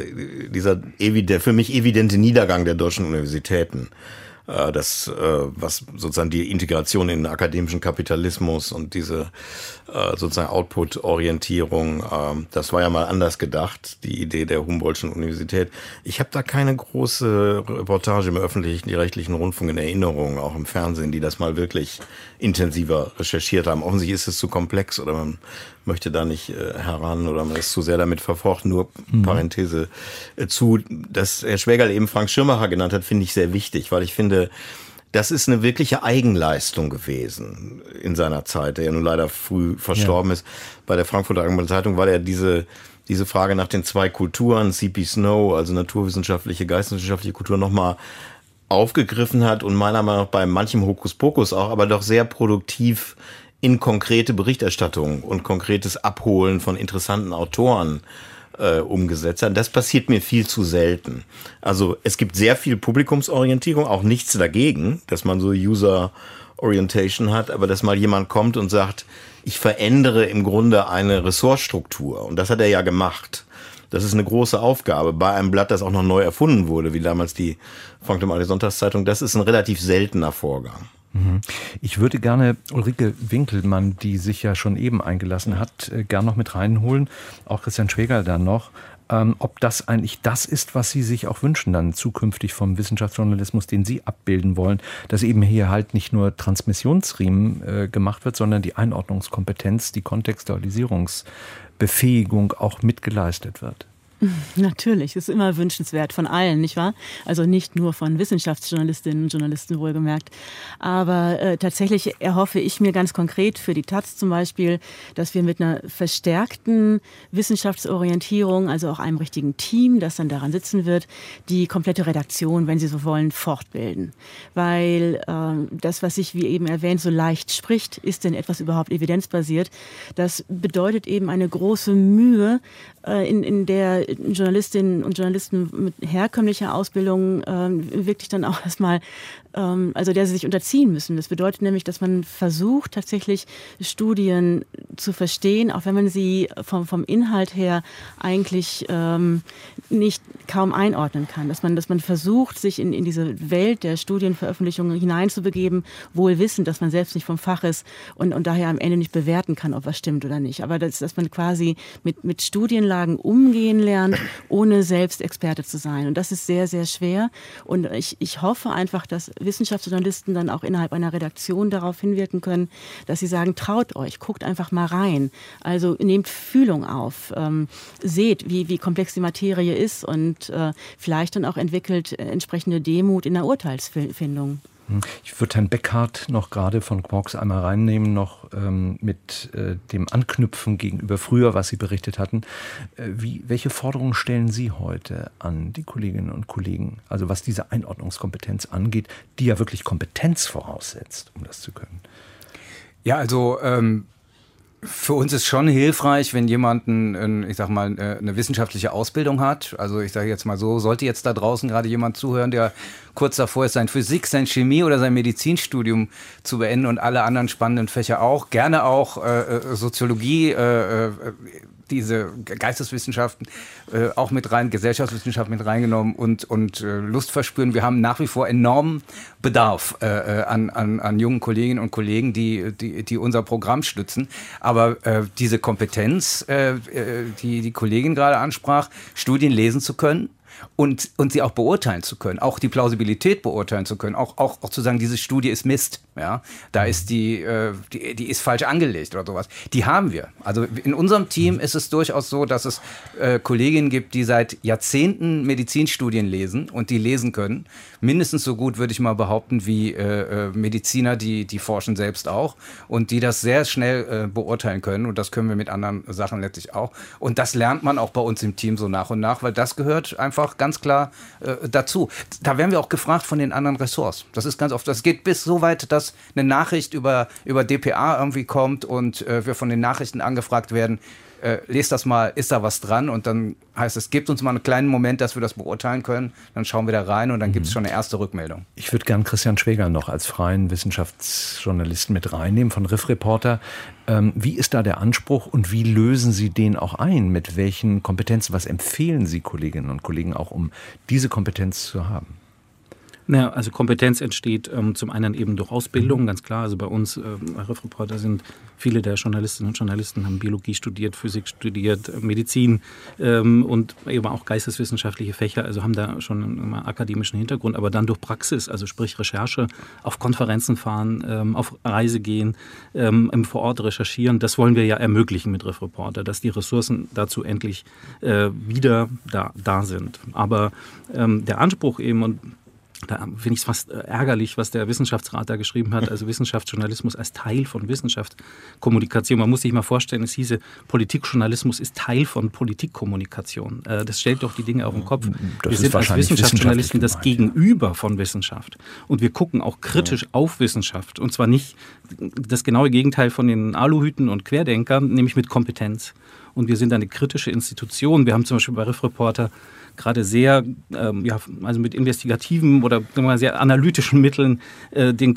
der für mich evidente Niedergang der deutschen Universitäten. Was sozusagen die Integration in den akademischen Kapitalismus und diese sozusagen Output-Orientierung, das war ja mal anders gedacht, die Idee der Humboldtschen Universität. Ich habe da keine große Reportage im öffentlich-rechtlichen Rundfunk in Erinnerung, auch im Fernsehen, die das mal wirklich intensiver recherchiert haben. Offensichtlich ist es zu komplex oder man möchte da nicht heran oder man ist zu sehr damit verfochten. Nur Parenthese zu, dass Herr Schwägerl eben Frank Schirmacher genannt hat, finde ich sehr wichtig, weil ich finde, das ist eine wirkliche Eigenleistung gewesen in seiner Zeit, der ja nun leider früh verstorben ist, bei der Frankfurter Allgemeinen Zeitung, weil er diese Frage nach den zwei Kulturen, C.P. Snow, also naturwissenschaftliche, geisteswissenschaftliche Kultur, nochmal aufgegriffen hat und meiner Meinung nach bei manchem Hokuspokus auch, aber doch sehr produktiv in konkrete Berichterstattung und konkretes Abholen von interessanten Autoren umgesetzt hat. Das passiert mir viel zu selten. Also es gibt sehr viel Publikumsorientierung, auch nichts dagegen, dass man so User Orientation hat, aber dass mal jemand kommt und sagt, ich verändere im Grunde eine Ressortstruktur. Und das hat er ja gemacht. Das ist eine große Aufgabe bei einem Blatt, das auch noch neu erfunden wurde, wie damals die Frankfurter Sonntagszeitung. Das ist ein relativ seltener Vorgang. Ich würde gerne Ulrike Winkelmann, die sich ja schon eben eingelassen hat, gern noch mit reinholen. Auch Christian Schwegel dann noch. Ob das eigentlich das ist, was Sie sich auch wünschen dann zukünftig vom Wissenschaftsjournalismus, den Sie abbilden wollen, dass eben hier halt nicht nur Transmissionsriemen gemacht wird, sondern die Einordnungskompetenz, die Kontextualisierungsbefähigung auch mitgeleistet wird. Natürlich, ist immer wünschenswert von allen, nicht wahr? Also nicht nur von Wissenschaftsjournalistinnen und Journalisten wohlgemerkt. Aber tatsächlich erhoffe ich mir ganz konkret für die taz zum Beispiel, dass wir mit einer verstärkten Wissenschaftsorientierung, also auch einem richtigen Team, das dann daran sitzen wird, die komplette Redaktion, wenn Sie so wollen, fortbilden. Weil das, was sich, wie eben erwähnt, so leicht spricht, ist denn etwas überhaupt evidenzbasiert? Das bedeutet eben eine große Mühe, in der Journalistinnen und Journalisten mit herkömmlicher Ausbildung wirklich dann auch erstmal, also der sie sich unterziehen müssen. Das bedeutet nämlich, dass man versucht, tatsächlich Studien zu verstehen, auch wenn man sie vom Inhalt her eigentlich nicht kaum einordnen kann. Dass man versucht, sich in diese Welt der Studienveröffentlichungen hineinzubegeben, wohl wissend, dass man selbst nicht vom Fach ist und daher am Ende nicht bewerten kann, ob was stimmt oder nicht. Aber dass man quasi mit Studienlagen umgehen lernt, ohne selbst Experte zu sein. Und das ist sehr, sehr schwer. Und ich hoffe einfach, dass Wissenschaftsjournalisten dann auch innerhalb einer Redaktion darauf hinwirken können, dass sie sagen, traut euch, guckt einfach mal rein. Also nehmt Fühlung auf, seht, wie komplex die Materie ist und vielleicht dann auch entwickelt entsprechende Demut in der Urteilsfindung. Ich würde Herrn Beckhardt noch gerade von Quarks einmal reinnehmen, noch mit dem Anknüpfen gegenüber früher, was Sie berichtet hatten. Welche Forderungen stellen Sie heute an die Kolleginnen und Kollegen, also was diese Einordnungskompetenz angeht, die ja wirklich Kompetenz voraussetzt, um das zu können? Ja, also für uns ist schon hilfreich, wenn jemand eine wissenschaftliche Ausbildung hat. Also ich sage jetzt mal so, sollte jetzt da draußen gerade jemand zuhören, der kurz davor ist, sein Physik, sein Chemie oder sein Medizinstudium zu beenden und alle anderen spannenden Fächer auch, gerne auch Soziologie, diese Geisteswissenschaften auch mit rein, Gesellschaftswissenschaften mit reingenommen und Lust verspüren. Wir haben nach wie vor enormen Bedarf an jungen Kolleginnen und Kollegen, die unser Programm stützen. Aber diese Kompetenz, die Kollegin gerade ansprach, Studien lesen zu können, und sie auch beurteilen zu können, auch die Plausibilität beurteilen zu können, auch zu sagen, diese Studie ist Mist, ja, da ist die ist falsch angelegt oder sowas. Die haben wir. Also in unserem Team ist es durchaus so, dass es Kolleginnen gibt, die seit Jahrzehnten Medizinstudien lesen und die lesen können. Mindestens so gut, würde ich mal behaupten, wie Mediziner, die forschen selbst auch und die das sehr schnell beurteilen können und das können wir mit anderen Sachen letztlich auch. Und das lernt man auch bei uns im Team so nach und nach, weil das gehört einfach ganz klar dazu. Da werden wir auch gefragt von den anderen Ressorts. Das ist ganz oft, das geht bis so weit, dass eine Nachricht über dpa irgendwie kommt und wir von den Nachrichten angefragt werden, lest das mal, ist da was dran? Und dann heißt es, gebt uns mal einen kleinen Moment, dass wir das beurteilen können. Dann schauen wir da rein und dann gibt es schon eine erste Rückmeldung. Ich würde gern Christian Schwegel noch als freien Wissenschaftsjournalisten mit reinnehmen von Riff Reporter. Wie ist da der Anspruch und wie lösen Sie den auch ein? Mit welchen Kompetenzen? Was empfehlen Sie Kolleginnen und Kollegen auch, um diese Kompetenz zu haben? Naja, also Kompetenz entsteht zum einen eben durch Ausbildung, ganz klar. Also bei uns, Riff Reporter, sind viele der Journalistinnen und Journalisten haben Biologie studiert, Physik studiert, Medizin und eben auch geisteswissenschaftliche Fächer, also haben da schon einen akademischen Hintergrund, aber dann durch Praxis, also sprich Recherche, auf Konferenzen fahren, auf Reise gehen, vor Ort recherchieren. Das wollen wir ja ermöglichen mit Riff Reporter, dass die Ressourcen dazu endlich wieder da sind. Aber der Anspruch eben, und Da finde ich es fast ärgerlich, was der Wissenschaftsrat da geschrieben hat, also Wissenschaftsjournalismus als Teil von Wissenschaftskommunikation. Man muss sich mal vorstellen, es hieße, Politikjournalismus ist Teil von Politikkommunikation. Das stellt doch die Dinge auf den Kopf. Wir sind als Wissenschaftsjournalisten das Gegenüber von Wissenschaft. Und wir gucken auch kritisch auf Wissenschaft. Und zwar nicht das genaue Gegenteil von den Aluhüten und Querdenkern, nämlich mit Kompetenz. Und wir sind eine kritische Institution. Wir haben zum Beispiel bei Riff Reporter gerade sehr, also mit investigativen oder sehr analytischen Mitteln den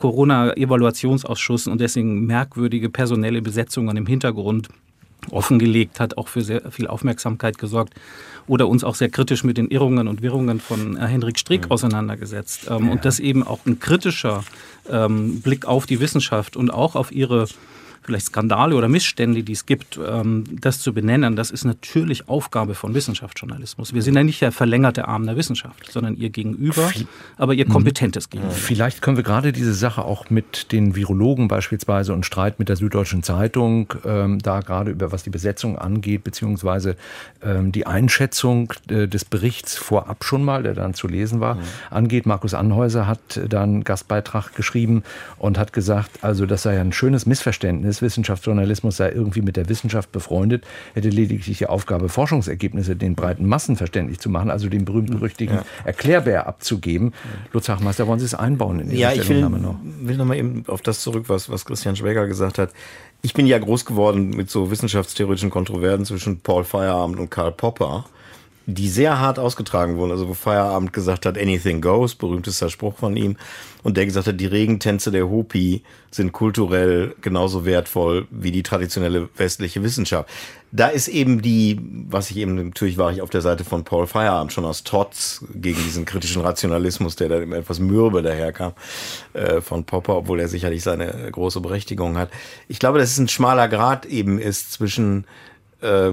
Corona-Evaluationsausschuss und deswegen merkwürdige personelle Besetzungen im Hintergrund offengelegt, hat auch für sehr viel Aufmerksamkeit gesorgt. Oder uns auch sehr kritisch mit den Irrungen und Wirrungen von Hendrik Strick auseinandergesetzt. Und das eben auch ein kritischer Blick auf die Wissenschaft und auch auf ihre vielleicht Skandale oder Missstände, die es gibt, das zu benennen, das ist natürlich Aufgabe von Wissenschaftsjournalismus. Wir sind ja nicht der verlängerte Arm der Wissenschaft, sondern ihr Gegenüber, aber ihr kompetentes Gegenüber. Vielleicht können wir gerade diese Sache auch mit den Virologen beispielsweise und Streit mit der Süddeutschen Zeitung, da gerade über was die Besetzung angeht, beziehungsweise die Einschätzung des Berichts vorab schon mal, der dann zu lesen war, angeht. Markus Anhäuser hat da einen Gastbeitrag geschrieben und hat gesagt, also das sei ein schönes Missverständnis. Wissenschaftsjournalismus sei irgendwie mit der Wissenschaft befreundet, hätte lediglich die Aufgabe, Forschungsergebnisse den breiten Massen verständlich zu machen, also den berühmt-berüchtigten Erklärbär abzugeben. Lutz Hachmeister, wollen Sie es einbauen in Ihre Stellungnahme noch? Ich will noch mal eben auf das zurück, was Christian Schwegger gesagt hat. Ich bin ja groß geworden mit so wissenschaftstheoretischen Kontroversen zwischen Paul Feyerabend und Karl Popper, die sehr hart ausgetragen wurden. Also wo Feyerabend gesagt hat, anything goes, berühmtester Spruch von ihm. Und der gesagt hat, die Regentänze der Hopi sind kulturell genauso wertvoll wie die traditionelle westliche Wissenschaft. Da ist eben natürlich war ich auf der Seite von Paul Feyerabend, schon aus Trotz gegen diesen kritischen Rationalismus, der da immer etwas mürbe daherkam, von Popper, obwohl er sicherlich seine große Berechtigung hat. Ich glaube, dass es ein schmaler Grat eben ist zwischen wir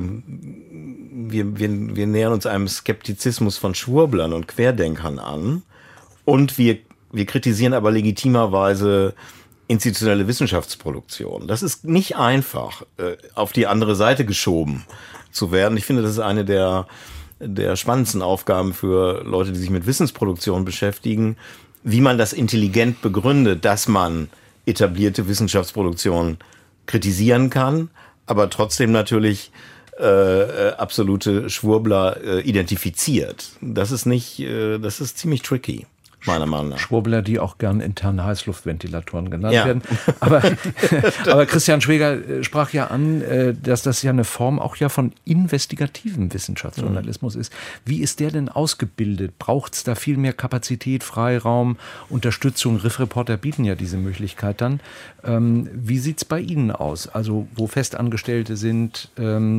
nähern uns einem Skeptizismus von Schwurblern und Querdenkern an und wir kritisieren aber legitimerweise institutionelle Wissenschaftsproduktion. Das ist nicht einfach, auf die andere Seite geschoben zu werden. Ich finde, das ist eine der spannendsten Aufgaben für Leute, die sich mit Wissensproduktion beschäftigen, wie man das intelligent begründet, dass man etablierte Wissenschaftsproduktion kritisieren kann, aber trotzdem natürlich absolute Schwurbler identifiziert. Das ist ziemlich tricky, meiner Meinung nach. Schwurbler, die auch gern interne Heißluftventilatoren genannt werden. Aber Christian Schwegger sprach ja an, dass das ja eine Form auch ja von investigativem Wissenschaftsjournalismus ist. Wie ist der denn ausgebildet? Braucht es da viel mehr Kapazität, Freiraum, Unterstützung? Riff Reporter bieten ja diese Möglichkeit dann. Wie sieht es bei Ihnen aus? Also wo Festangestellte sind,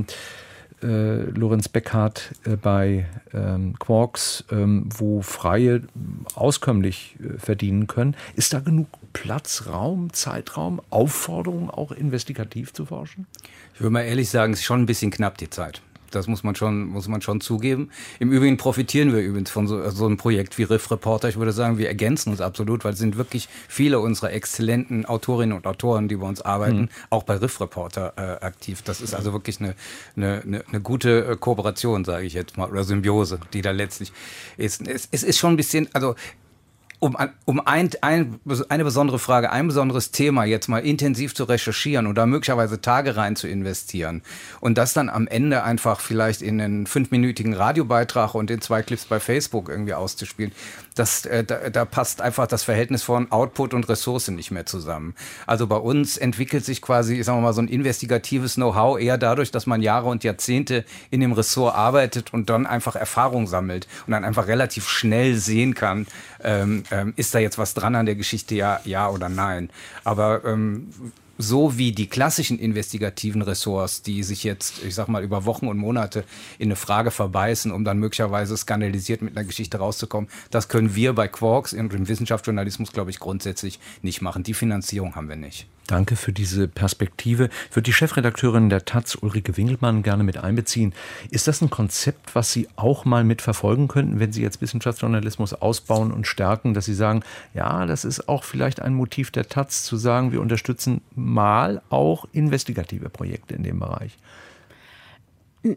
Lorenz Beckhardt bei Quarks, wo Freie auskömmlich verdienen können. Ist da genug Platz, Raum, Zeitraum, Aufforderung, auch investigativ zu forschen? Ich würde mal ehrlich sagen, es ist schon ein bisschen knapp, die Zeit. Das muss man schon zugeben. Im Übrigen profitieren wir übrigens von so einem Projekt wie Riff Reporter. Ich würde sagen, wir ergänzen uns absolut, weil es sind wirklich viele unserer exzellenten Autorinnen und Autoren, die bei uns arbeiten, auch bei Riff Reporter aktiv. Das ist also wirklich eine gute Kooperation, sage ich jetzt mal, oder Symbiose, die da letztlich ist. Es ist schon ein bisschen, also um eine besondere Frage, ein besonderes Thema jetzt mal intensiv zu recherchieren und da möglicherweise Tage rein zu investieren und das dann am Ende einfach vielleicht in einen 5-minütigen Radiobeitrag und in 2 Clips bei Facebook irgendwie auszuspielen, da passt einfach das Verhältnis von Output und Ressource nicht mehr zusammen. Also bei uns entwickelt sich quasi, sagen wir mal, so ein investigatives Know-how eher dadurch, dass man Jahre und Jahrzehnte in dem Ressort arbeitet und dann einfach Erfahrung sammelt und dann einfach relativ schnell sehen kann, ist da jetzt was dran an der Geschichte, ja oder nein. Aber so wie die klassischen investigativen Ressorts, die sich jetzt, ich sag mal, über Wochen und Monate in eine Frage verbeißen, um dann möglicherweise skandalisiert mit einer Geschichte rauszukommen, das können wir bei Quarks und im Wissenschaftsjournalismus, glaube ich, grundsätzlich nicht machen. Die Finanzierung haben wir nicht. Danke für diese Perspektive. Ich würde die Chefredakteurin der taz, Ulrike Winkelmann, gerne mit einbeziehen. Ist das ein Konzept, was Sie auch mal mitverfolgen könnten, wenn Sie jetzt Wissenschaftsjournalismus ausbauen und stärken, dass Sie sagen, ja, das ist auch vielleicht ein Motiv der taz, zu sagen, wir unterstützen mal auch investigative Projekte in dem Bereich?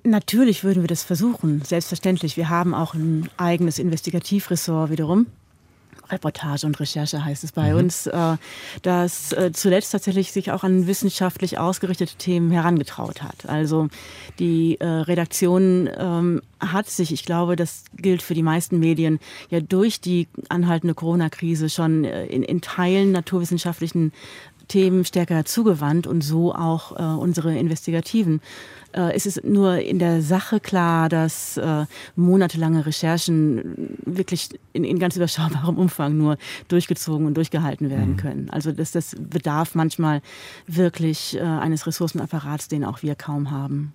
Natürlich würden wir das versuchen, selbstverständlich. Wir haben auch ein eigenes Investigativressort wiederum. Reportage und Recherche heißt es bei uns, das zuletzt tatsächlich sich auch an wissenschaftlich ausgerichtete Themen herangetraut hat. Also die Redaktion hat sich, ich glaube, das gilt für die meisten Medien, ja durch die anhaltende Corona-Krise schon in Teilen naturwissenschaftlichen Themen stärker zugewandt und so auch unsere Investigativen. Es ist nur in der Sache klar, dass monatelange Recherchen wirklich in ganz überschaubarem Umfang nur durchgezogen und durchgehalten werden können. Also das bedarf manchmal wirklich eines Ressourcenapparats, den auch wir kaum haben.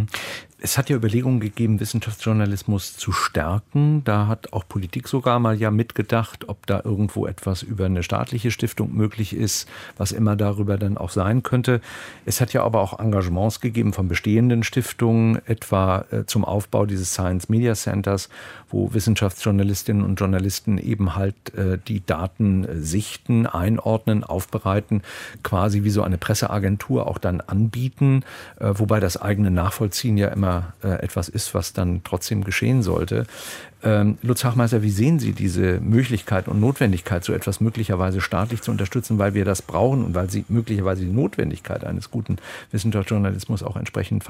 Es hat ja Überlegungen gegeben, Wissenschaftsjournalismus zu stärken. Da hat auch Politik sogar mal ja mitgedacht, ob da irgendwo etwas über eine staatliche Stiftung möglich ist, was immer darüber dann auch sein könnte. Es hat ja aber auch Engagements gegeben von bestehenden Stiftungen, etwa zum Aufbau dieses Science Media Centers, wo Wissenschaftsjournalistinnen und Journalisten eben halt die Daten sichten, einordnen, aufbereiten, quasi wie so eine Presseagentur auch dann anbieten, wobei das eigene Nachvollziehen ja immer etwas ist, was dann trotzdem geschehen sollte. Lutz Hachmeister, wie sehen Sie diese Möglichkeit und Notwendigkeit, so etwas möglicherweise staatlich zu unterstützen, weil wir das brauchen und weil Sie möglicherweise die Notwendigkeit eines guten Wissenschaftsjournalismus auch entsprechend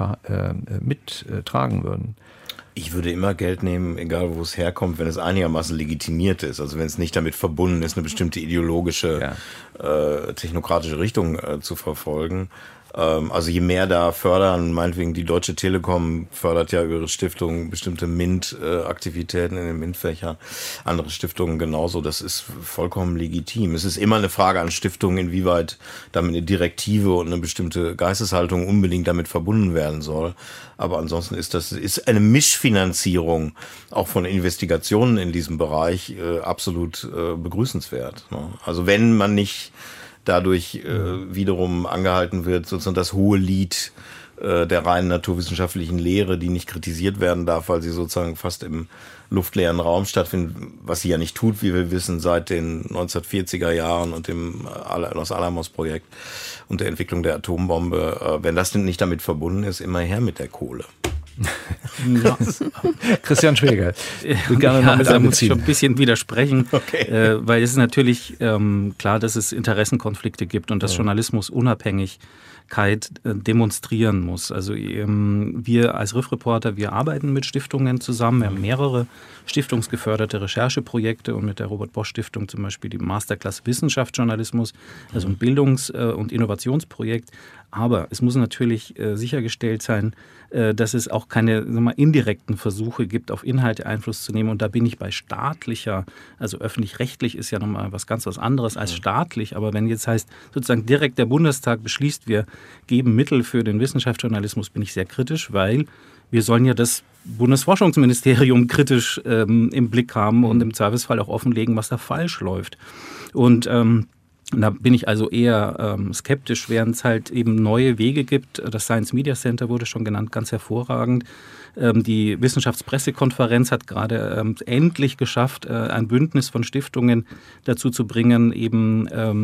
mittragen würden? Ich würde immer Geld nehmen, egal wo es herkommt, wenn es einigermaßen legitimiert ist. Also wenn es nicht damit verbunden ist, eine bestimmte ideologische, technokratische Richtung zu verfolgen. Also je mehr da fördern, meinetwegen die Deutsche Telekom fördert ja über ihre Stiftung bestimmte MINT-Aktivitäten in den MINT-Fächern, andere Stiftungen genauso, das ist vollkommen legitim. Es ist immer eine Frage an Stiftungen, inwieweit damit eine Direktive und eine bestimmte Geisteshaltung unbedingt damit verbunden werden soll. Aber ansonsten ist eine Mischfinanzierung auch von Investigationen in diesem Bereich absolut begrüßenswert. Also wenn man nicht dadurch wiederum angehalten wird, sozusagen das hohe Lied der reinen naturwissenschaftlichen Lehre, die nicht kritisiert werden darf, weil sie sozusagen fast im luftleeren Raum stattfindet, was sie ja nicht tut, wie wir wissen, seit den 1940er Jahren und dem Los Alamos-Projekt und der Entwicklung der Atombombe. Wenn das denn nicht damit verbunden ist, immer her mit der Kohle. Ja. Christian Schwegel, da muss ich schon ein bisschen widersprechen, weil es ist natürlich klar, dass es Interessenkonflikte gibt und dass Journalismus Unabhängigkeit demonstrieren muss. Also wir als Riff-Reporter, wir arbeiten mit Stiftungen zusammen, wir haben mehrere stiftungsgeförderte Rechercheprojekte und mit der Robert-Bosch-Stiftung zum Beispiel die Masterclass Wissenschaftsjournalismus, also ein Bildungs- und Innovationsprojekt. Aber es muss natürlich sichergestellt sein, dass es auch keine indirekten Versuche gibt, auf Inhalte Einfluss zu nehmen. Und da bin ich bei staatlicher, also öffentlich-rechtlich ist ja nochmal was anderes als staatlich. Aber wenn jetzt heißt, sozusagen direkt der Bundestag beschließt, wir geben Mittel für den Wissenschaftsjournalismus, bin ich sehr kritisch, weil wir sollen ja das Bundesforschungsministerium kritisch im Blick haben und im Zweifelsfall auch offenlegen, was da falsch läuft. Und da bin ich also eher skeptisch, während es halt eben neue Wege gibt. Das Science Media Center wurde schon genannt, ganz hervorragend. Die Wissenschaftspressekonferenz hat gerade endlich geschafft, ein Bündnis von Stiftungen dazu zu bringen, eben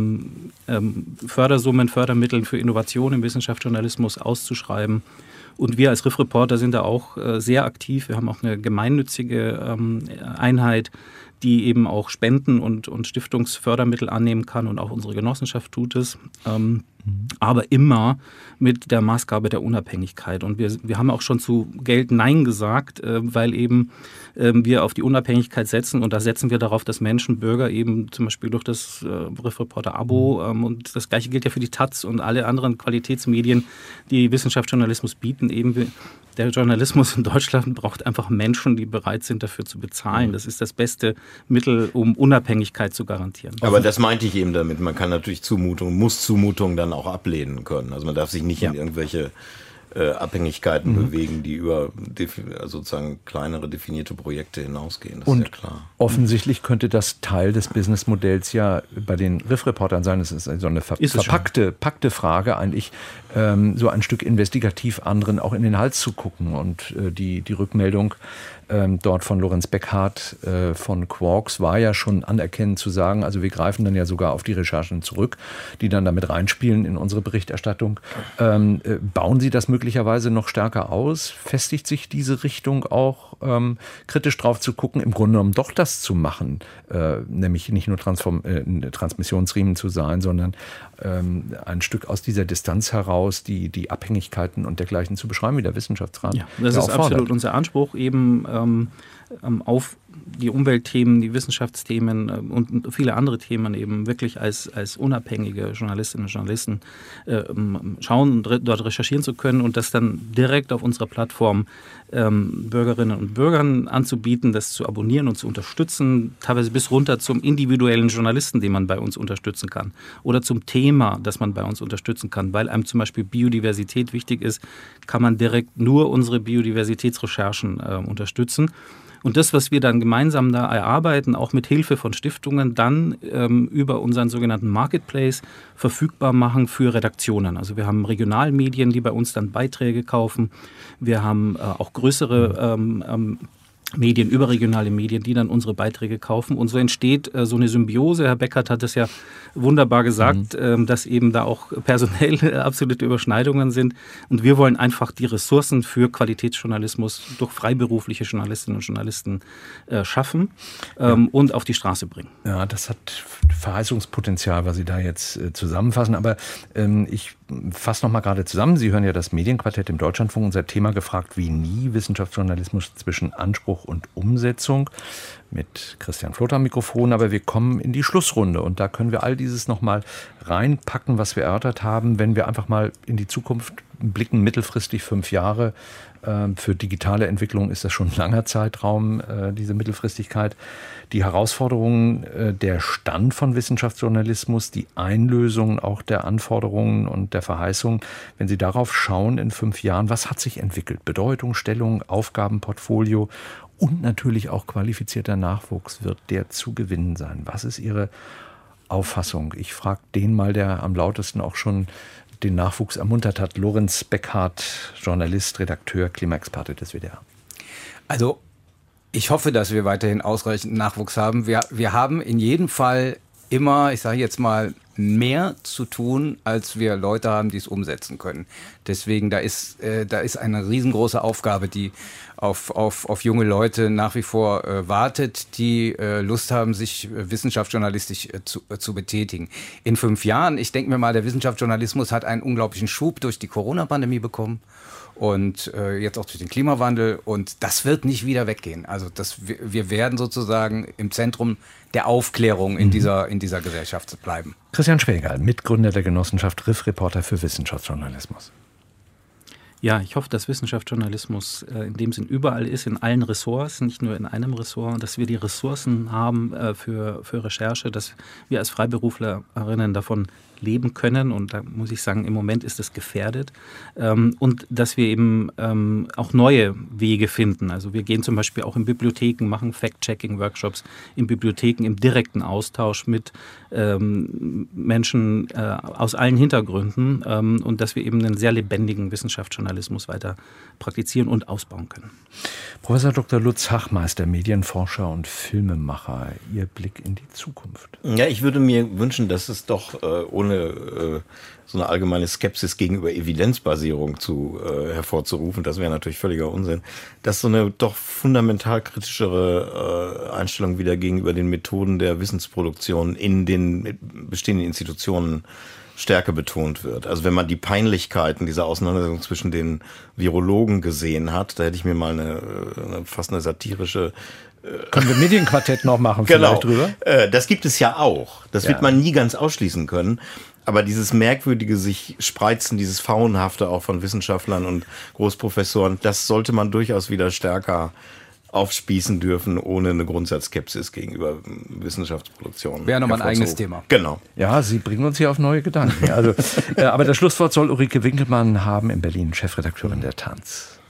Fördersummen, Fördermittel für Innovation im Wissenschaftsjournalismus auszuschreiben. Und wir als Riff-Reporter sind da auch sehr aktiv. Wir haben auch eine gemeinnützige Einheit, die eben auch Spenden und Stiftungsfördermittel annehmen kann und auch unsere Genossenschaft tut es. Aber immer mit der Maßgabe der Unabhängigkeit. Und wir haben auch schon zu Geld Nein gesagt, weil eben wir auf die Unabhängigkeit setzen. Und da setzen wir darauf, dass Menschen, Bürger eben zum Beispiel durch das Riff-Reporter-Abo und das Gleiche gilt ja für die Taz und alle anderen Qualitätsmedien, die Wissenschaftsjournalismus bieten, eben der Journalismus in Deutschland braucht einfach Menschen, die bereit sind, dafür zu bezahlen. Das ist das beste Mittel, um Unabhängigkeit zu garantieren. Aber das meinte ich eben damit. Man kann natürlich muss Zumutungen dann auch ablehnen können. Also man darf sich nicht in irgendwelche Abhängigkeiten bewegen, die über sozusagen kleinere definierte Projekte hinausgehen. Das ist ja klar. Offensichtlich könnte das Teil des Businessmodells ja bei den Riff-Reportern sein. Es ist so eine verpackte Frage, eigentlich so ein Stück investigativ anderen auch in den Hals zu gucken. Und die Rückmeldung dort von Lorenz Beckhardt von Quarks war ja schon anerkennend zu sagen, also wir greifen dann ja sogar auf die Recherchen zurück, die dann damit reinspielen in unsere Berichterstattung. Bauen Sie das möglicherweise noch stärker aus? Festigt sich diese Richtung auch, kritisch drauf zu gucken, im Grunde genommen doch das zu machen, nämlich nicht nur Transmissionsriemen zu sein, sondern ein Stück aus dieser Distanz heraus die Abhängigkeiten und dergleichen zu beschreiben, wie der Wissenschaftsrat. Ja, das ist absolut unser Anspruch, eben auf die Umweltthemen, die Wissenschaftsthemen und viele andere Themen eben wirklich als unabhängige Journalistinnen und Journalisten schauen und dort recherchieren zu können und das dann direkt auf unserer Plattform Bürgerinnen und Bürgern anzubieten, das zu abonnieren und zu unterstützen, teilweise bis runter zum individuellen Journalisten, den man bei uns unterstützen kann oder zum Thema, das man bei uns unterstützen kann. Weil einem zum Beispiel Biodiversität wichtig ist, kann man direkt nur unsere Biodiversitätsrecherchen unterstützen. Und das, was wir dann gemeinsam da erarbeiten, auch mit Hilfe von Stiftungen, dann über unseren sogenannten Marketplace verfügbar machen für Redaktionen. Also wir haben Regionalmedien, die bei uns dann Beiträge kaufen. Wir haben auch größere Medien, überregionale Medien, die dann unsere Beiträge kaufen. Und so entsteht so eine Symbiose. Herr Beckhardt hat es ja wunderbar gesagt, dass eben da auch personell absolute Überschneidungen sind. Und wir wollen einfach die Ressourcen für Qualitätsjournalismus durch freiberufliche Journalistinnen und Journalisten schaffen und auf die Straße bringen. Ja, das hat Verheißungspotenzial, was Sie da jetzt zusammenfassen. Aber ich fasse noch mal gerade zusammen. Sie hören ja das Medienquartett im Deutschlandfunk. Unser Thema gefragt wie nie, Wissenschaftsjournalismus zwischen Anspruch und Umsetzung, mit Christian Flotter am Mikrofon. Aber wir kommen in die Schlussrunde und da können wir all dieses noch mal reinpacken, was wir erörtert haben, wenn wir einfach mal in die Zukunft blicken, mittelfristig 5 Jahre. Für digitale Entwicklung ist das schon ein langer Zeitraum, diese Mittelfristigkeit. Die Herausforderungen, der Stand von Wissenschaftsjournalismus, die Einlösung auch der Anforderungen und der Verheißungen. Wenn Sie darauf schauen in 5 Jahren, was hat sich entwickelt? Bedeutung, Stellung, Aufgabenportfolio und natürlich auch qualifizierter Nachwuchs wird der zu gewinnen sein. Was ist Ihre Auffassung? Ich frage den mal, der am lautesten auch schon den Nachwuchs ermuntert hat. Lorenz Beckhardt, Journalist, Redakteur, Klimaexperte des WDR. Also ich hoffe, dass wir weiterhin ausreichend Nachwuchs haben. Wir haben in jedem Fall immer, ich sage jetzt mal, mehr zu tun, als wir Leute haben, die es umsetzen können. Deswegen, da ist eine riesengroße Aufgabe, die auf junge Leute nach wie vor wartet, die Lust haben, sich wissenschaftsjournalistisch zu betätigen. In 5 Jahren, ich denke mir mal, der Wissenschaftsjournalismus hat einen unglaublichen Schub durch die Corona-Pandemie bekommen. Und jetzt auch durch den Klimawandel. Und das wird nicht wieder weggehen. Also wir werden sozusagen im Zentrum der Aufklärung in dieser Gesellschaft bleiben. Christian Schwägerl, Mitgründer der Genossenschaft RIF, Reporter für Wissenschaftsjournalismus. Ja, ich hoffe, dass Wissenschaftsjournalismus in dem Sinn überall ist, in allen Ressorts, nicht nur in einem Ressort, dass wir die Ressourcen haben für Recherche, dass wir als Freiberuflerinnen davon leben können und da muss ich sagen, im Moment ist es gefährdet und dass wir eben auch neue Wege finden. Also wir gehen zum Beispiel auch in Bibliotheken, machen Fact-Checking-Workshops in Bibliotheken im direkten Austausch mit Menschen aus allen Hintergründen und dass wir eben einen sehr lebendigen Wissenschaftsjournalismus weiter praktizieren und ausbauen können. Professor Dr. Lutz Hachmeister, Medienforscher und Filmemacher, Ihr Blick in die Zukunft. Ja, ich würde mir wünschen, dass es doch ohne so eine allgemeine Skepsis gegenüber Evidenzbasierung hervorzurufen, das wäre natürlich völliger Unsinn, dass so eine doch fundamental kritischere Einstellung wieder gegenüber den Methoden der Wissensproduktion in den bestehenden Institutionen stärker betont wird. Also wenn man die Peinlichkeiten dieser Auseinandersetzung zwischen den Virologen gesehen hat, da hätte ich mir mal fast eine satirische können wir Medienquartett noch machen vielleicht drüber? Das gibt es ja auch. Das wird man nie ganz ausschließen können. Aber dieses merkwürdige sich spreizen, dieses Faunhafte auch von Wissenschaftlern und Großprofessoren, das sollte man durchaus wieder stärker aufspießen dürfen, ohne eine Grundsatzskepsis gegenüber Wissenschaftsproduktion. Wäre nochmal ein eigenes Thema. Genau. Ja, Sie bringen uns hier auf neue Gedanken. Also, aber das Schlusswort soll Ulrike Winkelmann haben, in Berlin, Chefredakteurin der Taz.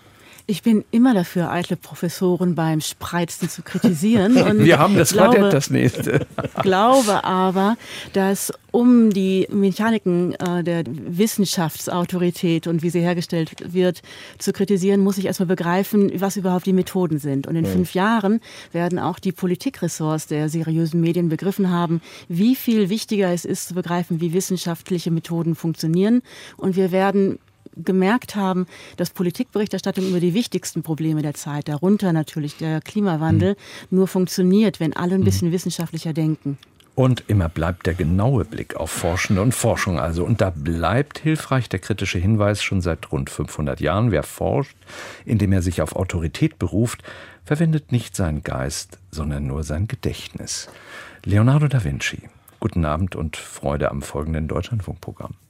Ich bin immer dafür, eitle Professoren beim Spreizen zu kritisieren. Und wir haben das Quartett, das nächste. Glaube aber, dass um die Mechaniken der Wissenschaftsautorität und wie sie hergestellt wird zu kritisieren, muss ich erstmal begreifen, was überhaupt die Methoden sind. Und in 5 Jahren werden auch die Politikressorts der seriösen Medien begriffen haben, wie viel wichtiger es ist zu begreifen, wie wissenschaftliche Methoden funktionieren. Und wir werden gemerkt haben, dass Politikberichterstattung über die wichtigsten Probleme der Zeit, darunter natürlich der Klimawandel, nur funktioniert, wenn alle ein bisschen wissenschaftlicher denken. Und immer bleibt der genaue Blick auf Forschende und Forschung also. Und da bleibt hilfreich der kritische Hinweis schon seit rund 500 Jahren. Wer forscht, indem er sich auf Autorität beruft, verwendet nicht seinen Geist, sondern nur sein Gedächtnis. Leonardo da Vinci. Guten Abend und Freude am folgenden Deutschlandfunkprogramm.